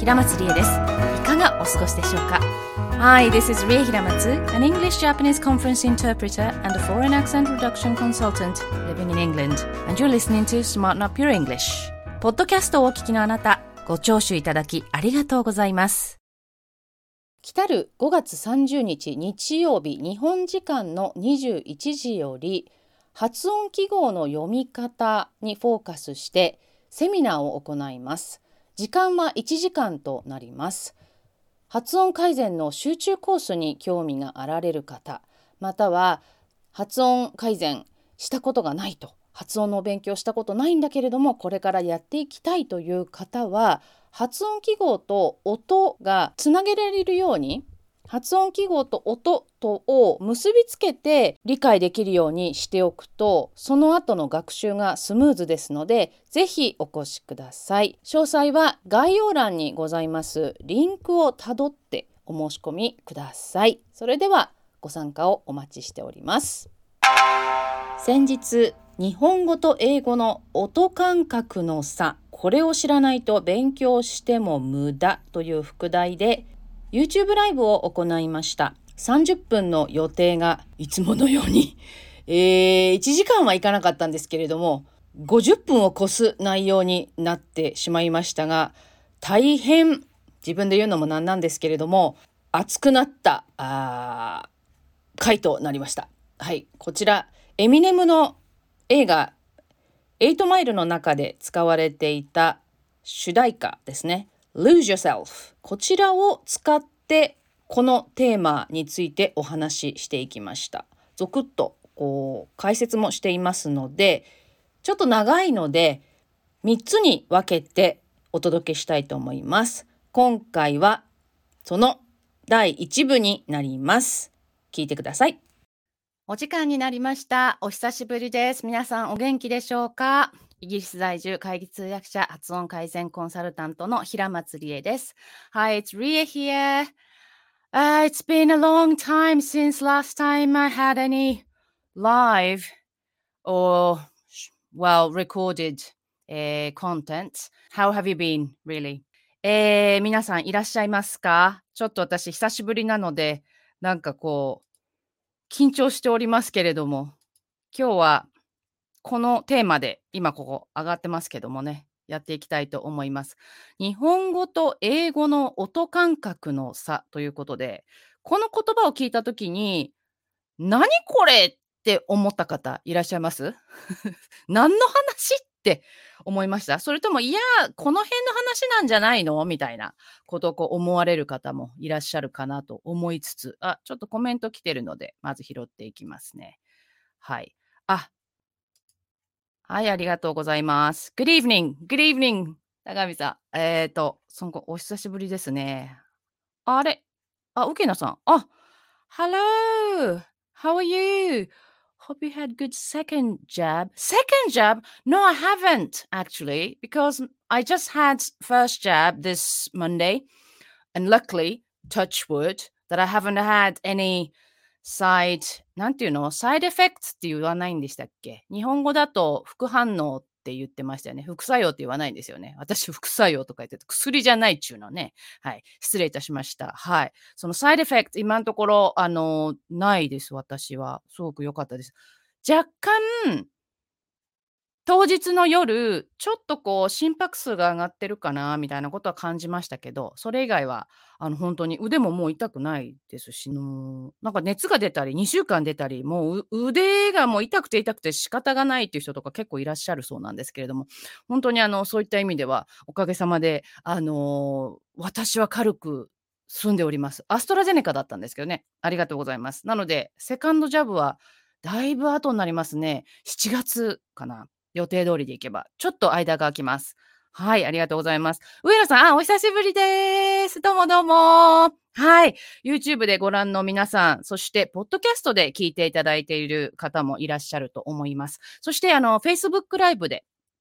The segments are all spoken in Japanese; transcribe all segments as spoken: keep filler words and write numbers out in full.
平松理恵です。いかがお過ごしでしょうか。 Hi, this is Rie Hiramatsu, an English-Japanese conference interpreter and a foreign accent reduction consultant living in England, and you're listening to Smarten Up Your English. ポッドキャストをお聞きのあなた、ご聴取いただきありがとうございます。来たるごがつさんじゅうにち日曜日、日本時間のにじゅういちじより発音記号の読み方にフォーカスしてセミナーを行います。時間はいちじかんとなります。発音改善の集中コースに興味があられる方、または発音改善したことがないと、発音の勉強したことないんだけれどもこれからやっていきたいという方は、発音記号と音がつなげられるように、発音記号と音とを結びつけて理解できるようにしておくと、その後の学習がスムーズですので、ぜひお越しください。詳細は概要欄にございますリンクをたどってお申し込みください。それではご参加をお待ちしております。先日、日本語と英語の音感覚の差、これを知らないと勉強しても無駄という副題でYouTube ライブを行いました。さんじゅっぷんの予定がいつものように、えー、いちじかんはいかなかったんですけれども、ごじゅっぷんを超す内容になってしまいましたが、大変、自分で言うのもなんなんですけれども、熱くなったあ回となりました。はい、こちら、エミネムの映画、エイトマイルの中で使われていた主題歌ですね。Lose Yourself。こちらを使ってこのテーマについてお話ししていきました。ゾクッとこう解説もしていますので、ちょっと長いのでみっつに分けてお届けしたいと思います。今回はそのだいいちぶになります。聞いてください。お時間になりました。お久しぶりです。皆さんお元気でしょうか。イギリス在住会議通訳者発音改善コンサルタントの平松理恵です。Hi, it's Rie here.、Uh, it's been a long time since last time I had any live or, well, recorded、uh, content. How have you been, really?、えー、皆さんいらっしゃいますか？ちょっと私久しぶりなので、なんかこう、緊張しておりますけれども、今日はこのテーマで今ここ上がってますけどもね、やっていきたいと思います。日本語と英語の音感覚の差ということで、この言葉を聞いたときに、何これって思った方いらっしゃいます何の話って思いました？それとも、いや、この辺の話なんじゃないのみたいなことをこう思われる方もいらっしゃるかなと思いつつ、あ、ちょっとコメント来てるので、まず拾っていきますね。はい。あ、はい、ありがとうございます。Good evening! Good evening! 高見さん。えっと、そのお久しぶりですね。あれあ、ウケナさん。あ、Hello! How are you? Hope you had good second jab. Second jab? No, I haven't actually, because I just had first jab this Monday, and luckily, touch wood, that I haven't had any side なんていうのサイドエフェクツって言わないんでしたっけ？日本語だと副反応って言ってましたよね。副作用って言わないんですよね。私副作用とか言ってて薬じゃないっちゅうのね。はい。失礼いたしました。はい。そのサイドエフェクツ今のところあのないです。私はすごく良かったです。若干当日の夜、ちょっとこう心拍数が上がってるかなみたいなことは感じましたけど、それ以外はあの本当に腕ももう痛くないですし、のなんか熱が出たり、にしゅうかん出たり、もうう腕がもう痛くて痛くて仕方がないっていう人とか結構いらっしゃるそうなんですけれども、本当にあのそういった意味ではおかげさまであの私は軽く済んでおります。アストラゼネカだったんですけどね。ありがとうございます。なので、セカンドジャブはだいぶ後になりますね。しちがつかな。予定通りでいけば、ちょっと間が空きます。はい、ありがとうございます。上野さん、あ、お久しぶりです。どうもどうも。はい、YouTube でご覧の皆さん、そしてポッドキャストで聞いていただいている方もいらっしゃると思います。そしてあの Facebook ライブで、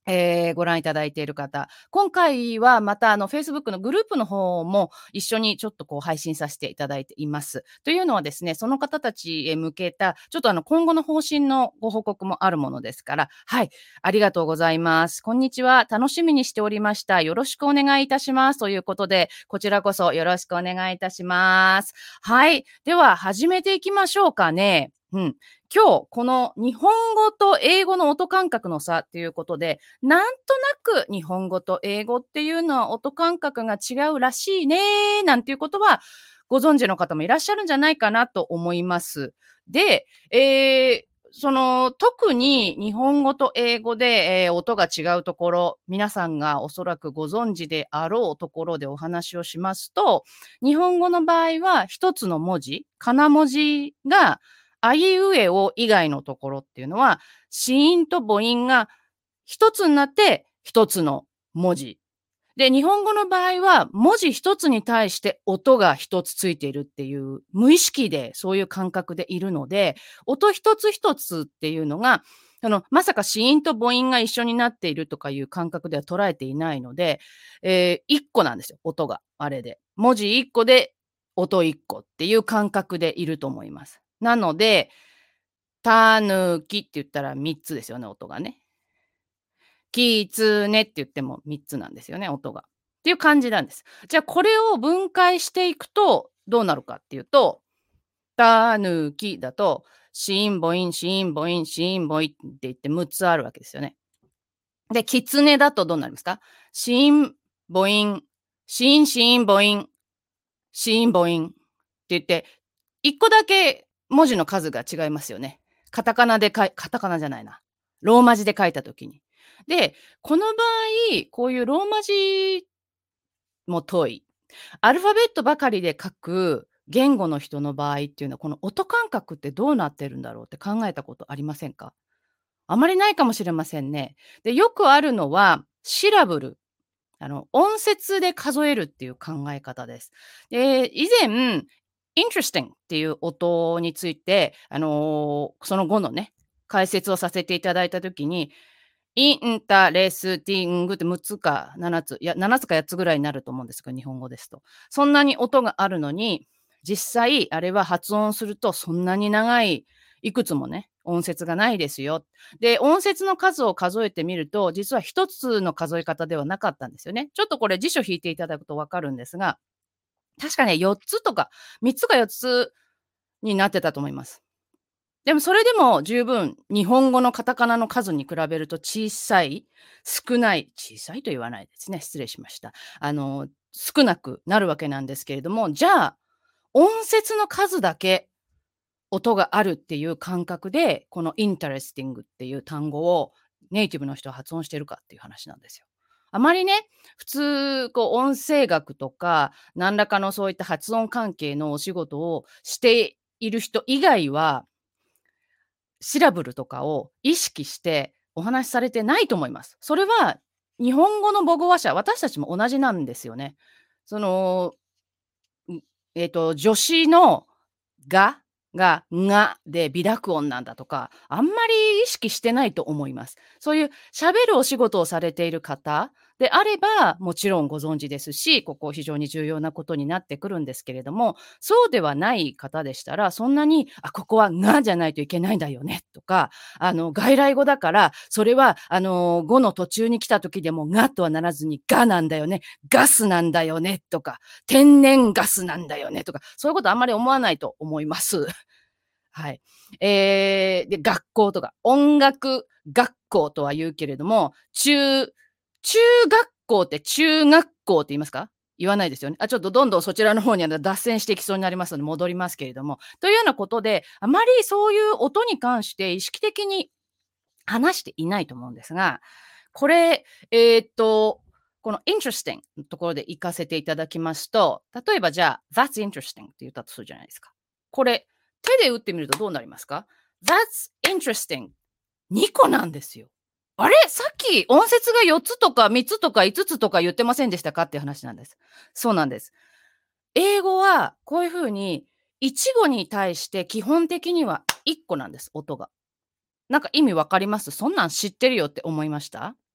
えーご覧いただいている方、今回はまたあの Facebook のグループの方も一緒にちょっとこう配信させていただいています。というのはですね、その方たちへ向けたちょっとあの今後の方針のご報告もあるものですから、はい、ありがとうございます。こんにちは。楽しみにしておりました。よろしくお願いいたします。ということで、こちらこそよろしくお願いいたします。はい。では始めていきましょうかね。うん。今日、この日本語と英語の音感覚の差ということで、なんとなく日本語と英語っていうのは音感覚が違うらしいね、なんていうことはご存知の方もいらっしゃるんじゃないかなと思います。で、えーその特に日本語と英語で、えー音が違うところ、皆さんがおそらくご存知であろうところでお話をしますと、日本語の場合は一つの文字、かな文字があいうえお以外のところっていうのは、子音と母音が一つになって一つの文字。で、日本語の場合は文字一つに対して音が一つついているっていう無意識でそういう感覚でいるので、音一つ一つっていうのが、あの、まさか子音と母音が一緒になっているとかいう感覚では捉えていないので、えー、一個なんですよ、音が。あれで。文字一個で音一個っていう感覚でいると思います。なので、たぬきって言ったらみっつですよね、音がね。きつねって言ってもみっつなんですよね、音が。っていう感じなんです。じゃあこれを分解していくとどうなるかっていうと、たぬきだと、子音母音、子音母音、子音母音って言ってむっつあるわけですよね。で、きつねだとどうなりますか？子音母音、子音子音母音、子音母音って言って、いっこだけ文字の数が違いますよね。カタカナで書い、カタカナじゃないな。ローマ字で書いたときに。で、この場合、こういうローマ字も遠い。アルファベットばかりで書く言語の人の場合っていうのは、この音感覚ってどうなってるんだろうって考えたことありませんか？あまりないかもしれませんね。で、よくあるのは、シラブル。あの、音節で数えるっていう考え方です。で、以前、interesting っていう音について、あの、その後のね、解説をさせていただいたときに、インタレスティングってむっつかななつ、いや、ななつかやっつぐらいになると思うんですが、日本語ですと。そんなに音があるのに、実際あれは発音するとそんなに長い、いくつもね、音節がないですよ。で、音節の数を数えてみると、実は一つの数え方ではなかったんですよね。ちょっとこれ辞書引いていただくとわかるんですが、確かね、よっつとか、みっつかよっつになってたと思います。でもそれでも十分日本語のカタカナの数に比べると小さい、少ない、小さいと言わないですね。失礼しました。あの、少なくなるわけなんですけれども、じゃあ、音節の数だけ音があるっていう感覚で、この interesting っていう単語をネイティブの人は発音してるかっていう話なんですよ。あまりね、普通、こう、音声学とか、何らかのそういった発音関係のお仕事をしている人以外は、シラブルとかを意識してお話しされてないと思います。それは日本語の母語話者、私たちも同じなんですよね。その、んえっと、助詞のがが、がで微濁音なんだとか、あんまり意識してないと思います。そういう喋るお仕事をされている方であれば、もちろんご存知ですし、ここ非常に重要なことになってくるんですけれども、そうではない方でしたら、そんなに、あ、ここはがじゃないといけないんだよねとか、あの、外来語だから、それは、あの、語の途中に来た時でもがとはならずにがなんだよね、ガスなんだよねとか、天然ガスなんだよねとか、そういうことあんまり思わないと思います。はい。えー、で、学校とか、音楽学校とは言うけれども、中、中学校って中学校って言いますか？言わないですよね。あ、ちょっとどんどんそちらの方にあの脱線していきそうになりますので戻りますけれども。というようなことで、あまりそういう音に関して意識的に話していないと思うんですが、これ、えーっと、この interesting のところで行かせていただきますと、例えばじゃあ、that's interesting って言ったとするじゃないですか。これ、手で打ってみるとどうなりますか？ ?That's interesting。にこなんですよ。あれさっき音節がよっつとかみっつとかいつつとか言ってませんでしたかっていう話なんです。そうなんです。英語はこういうふうに一語に対して基本的にはいっこなんです、音が。なんか意味わかります？そんなん知ってるよって思いました？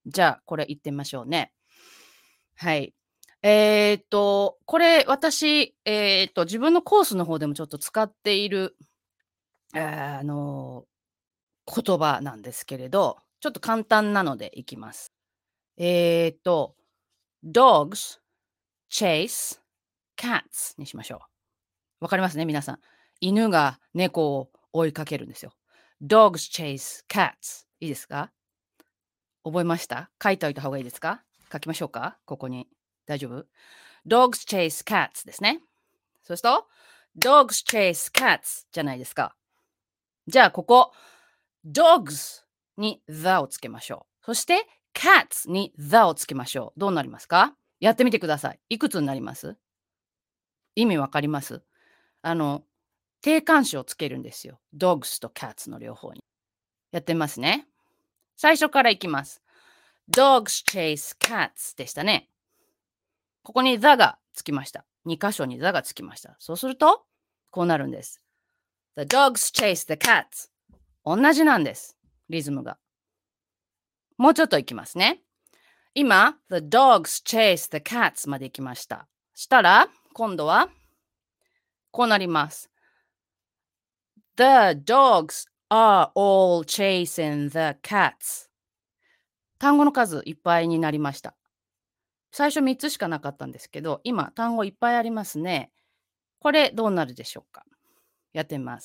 じゃあ、これ言ってみましょうね。はい。えーっと、これ私、えーっと、自分のコースの方でもちょっと使っている、あの、言葉なんですけれど、ちょっと簡単なのでいきます。えーっと、dogs chase cats にしましょう。わかりますね、皆さん。犬が猫を追いかけるんですよ。dogs chase cats いいですか？覚えました？書いておいた方がいいですか？書きましょうか？ここに。大丈夫？ dogs chase cats ですね。そうすると、dogs chase cats じゃないですか。じゃあ、ここ、dogs に the をつけましょう。そして、cats に the をつけましょう。どうなりますか？やってみてください。いくつになります？意味わかります？あの、定冠詞をつけるんですよ。dogs と cats の両方に。やってみますね。最初からいきます。dogs chase cats でしたね。ここに the がつきました。に箇所に the がつきました。そうすると、こうなるんです。The dogs chase the cats. 同じなんです。リズムが。もうちょっといきますね。今、The dogs chase the cats までいきました。したら、今度は、こうなります。The dogs are all chasing the cats. 単語の数いっぱいになりました。最初みっつしかなかったんですけど、今、単語いっぱいありますね。これ、どうなるでしょうか？やってみます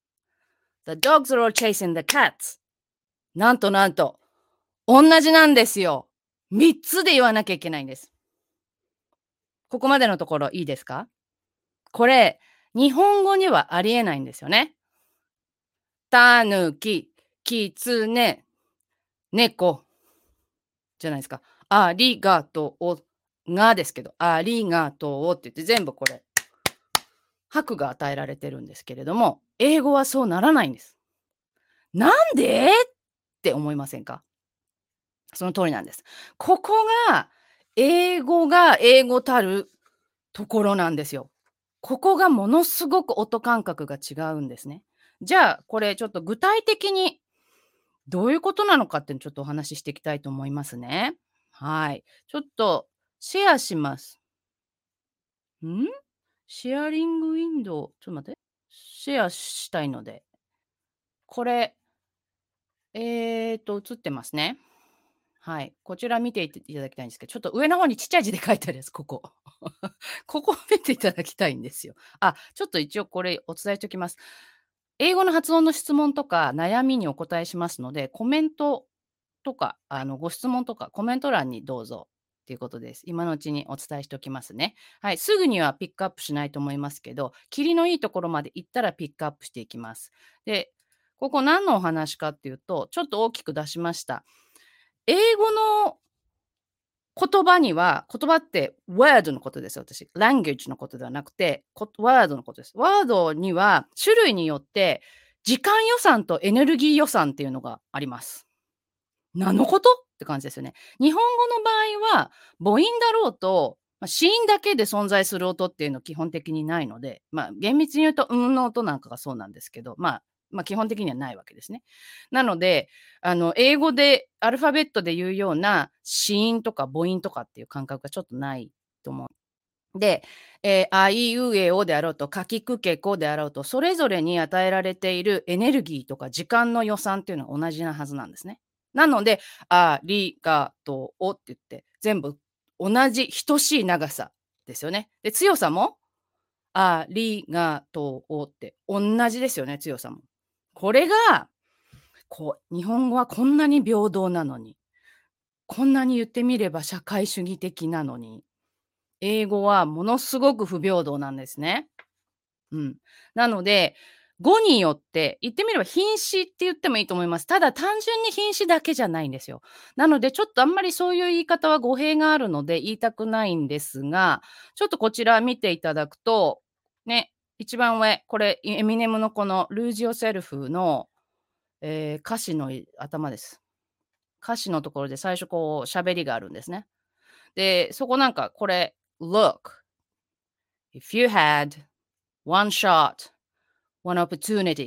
。The dogs are all chasing the cats. なんとなんと、同じなんですよ。みっつで言わなきゃいけないんです。ここまでのところいいですか？これ、日本語にはありえないんですよね。たぬき、きつね、猫じゃないですか。ありがとうがですけど、ありがとうって言って全部これ、拍が与えられてるんですけれども、英語はそうならないんです。なんでって思いませんか？その通りなんです。ここが、英語が英語たるところなんですよ。ここがものすごく音感覚が違うんですね。じゃあ、これちょっと具体的にどういうことなのかっていうのちょっとお話ししていきたいと思いますね。はい。ちょっとシェアします。ん？シェアリングウィンドウ、ちょっと待って。シェアしたいので、これ、えっと、映ってますね。はい。こちら見ていていただきたいんですけど、ちょっと上の方にちっちゃい字で書いてあるやつ、ここ。ここを見ていただきたいんですよ。あ、ちょっと一応これお伝えしておきます。英語の発音の質問とか悩みにお答えしますので、コメントとか、あの、ご質問とかコメント欄にどうぞっていうことです。今のうちにお伝えしておきますね。はい。すぐにはピックアップしないと思いますけど、霧のいいところまで行ったらピックアップしていきます。で、ここ何のお話かっていうと、ちょっと大きく出しました。英語の言葉には、言葉って word のことですよ、私。language のことではなくて、こ word のことです。ワードには種類によって時間予算とエネルギー予算っていうのがあります。何のことって感じですよね。日本語の場合は、母音だろうと、まあ、子音だけで存在する音っていうのは基本的にないので、まあ、厳密に言うと、うんの音なんかがそうなんですけど、まあ、まあ、基本的にはないわけですね。なので、あの、英語でアルファベットで言うような子音とか母音とかっていう感覚がちょっとないと思う。で、えーあいうえおであろうと、かきくけこであろうと、それぞれに与えられているエネルギーとか時間の予算っていうのは同じなはずなんですね。なので、ありがとうって言って、全部同じ等しい長さですよね。で、強さも、ありがとうって同じですよね、強さも。これが、こう、日本語はこんなに平等なのに、こんなに言ってみれば社会主義的なのに、英語はものすごく不平等なんですね。うん。なので、語によって、言ってみれば品詞って言ってもいいと思います。ただ単純に品詞だけじゃないんですよ。なので、ちょっとあんまりそういう言い方は語弊があるので言いたくないんですが、ちょっとこちら見ていただくと、ね、一番上、これ、エミネムのこの Lose Yourself の、えー歌詞の頭です。歌詞のところで最初こう喋りがあるんですね。で、そこなんかこれ、Look, if you had one shot, one opportunity って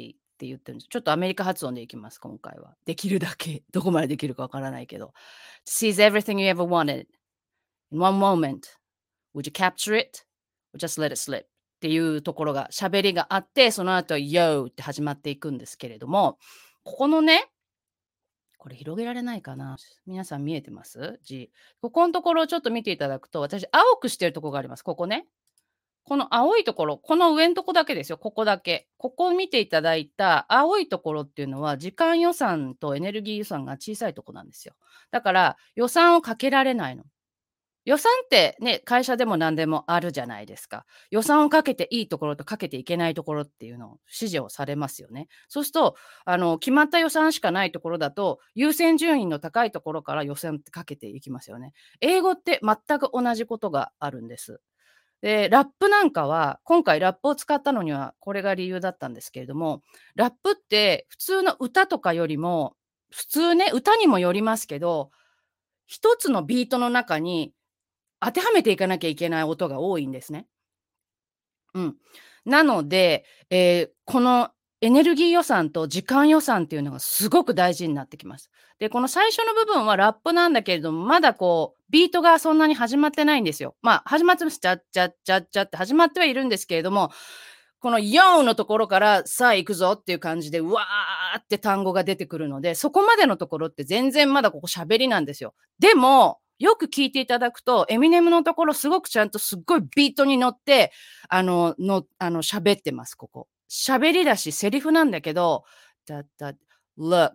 って言ってるんです。ちょっとアメリカ発音でいきます、今回は。できるだけ。どこまでできるかわからないけど。Seize everything you ever wanted in one moment. Would you capture it? Or just let it slip? っていうところが、喋りがあって、その後、Yo って始まっていくんですけれども、ここのね、これ広げられないかな。皆さん見えてます字。ここのところをちょっと見ていただくと、私、青くしてるところがあります。ここね。この青いところ、この上のとこだけですよ。ここだけ。ここを見ていただいた青いところっていうのは、時間予算とエネルギー予算が小さいとこなんですよ。だから、予算をかけられないの。予算ってね、会社でも何でもあるじゃないですか。予算をかけていいところとかけていけないところっていうのを指示をされますよね。そうすると、あの、決まった予算しかないところだと、優先順位の高いところから予算ってかけていきますよね。英語って全く同じことがあるんです。で、ラップなんかは、今回ラップを使ったのにはこれが理由だったんですけれども、ラップって普通の歌とかよりも、普通ね、歌にもよりますけど、一つのビートの中に当てはめていかなきゃいけない音が多いんですね。うん。なので、えーこのエネルギー予算と時間予算っていうのがすごく大事になってきます。で、この最初の部分はラップなんだけれども、まだこう、ビートがそんなに始まってないんですよ。まあ、始まってます。チャッチャッチャッチャって始まってはいるんですけれども、このヨーのところからさあ行くぞっていう感じで、うわーって単語が出てくるので、そこまでのところって全然まだここ喋りなんですよ。でも、よく聞いていただくと、エミネムのところすごくちゃんとすっごいビートに乗って、あの、の、あの、喋ってます、ここ。喋りだし、セリフなんだけど、だ、だ、look,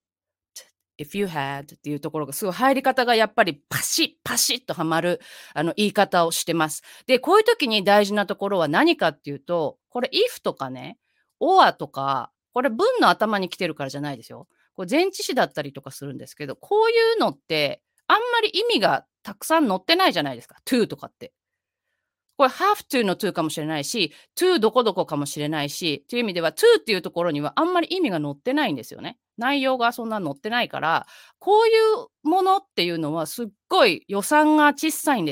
if you had っていうところがすごい入り方がやっぱりパシッパシッとはまるあの言い方をしてます。で、こういう時に大事なところは何かっていうと、これ if とかね、or とか、これ文の頭に来てるからじゃないですよ。これ前置詞だったりとかするんですけど、こういうのってあんまり意味がたくさん載ってないじゃないですか。to とかって。これ have to の to かもしれないし、to どこどこかもしれないし、という意味では to っていうところにはあんまり意味が載ってないんですよね。内容がそんな載ってないから、こういうものっていうのはすっごい予算が小さいんです。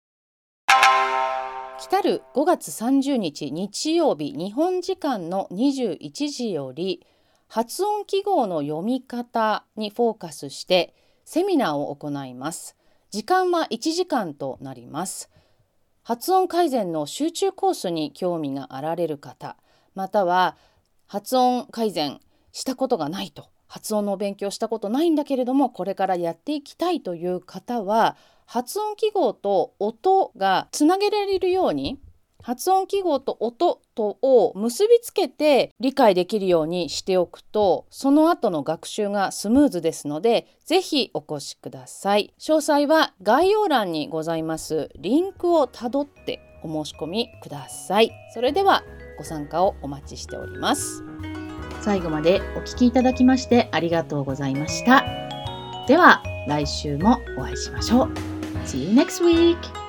来るごがつさんじゅうにち日曜日、日本時間のにじゅういちじより、発音記号の読み方にフォーカスしてセミナーを行います。時間はいちじかんとなります。発音改善の集中コースに興味があられる方、または発音改善したことがないと、発音の勉強したことないんだけれどもこれからやっていきたいという方は、発音記号と音がつなげられるように、発音記号と音とを結びつけて理解できるようにしておくと、その後の学習がスムーズですので、ぜひお越しください。詳細は概要欄にございますリンクをたどってお申し込みください。それではご参加をお待ちしております。最後までお聞きいただきましてありがとうございました。では来週もお会いしましょう。See you next week!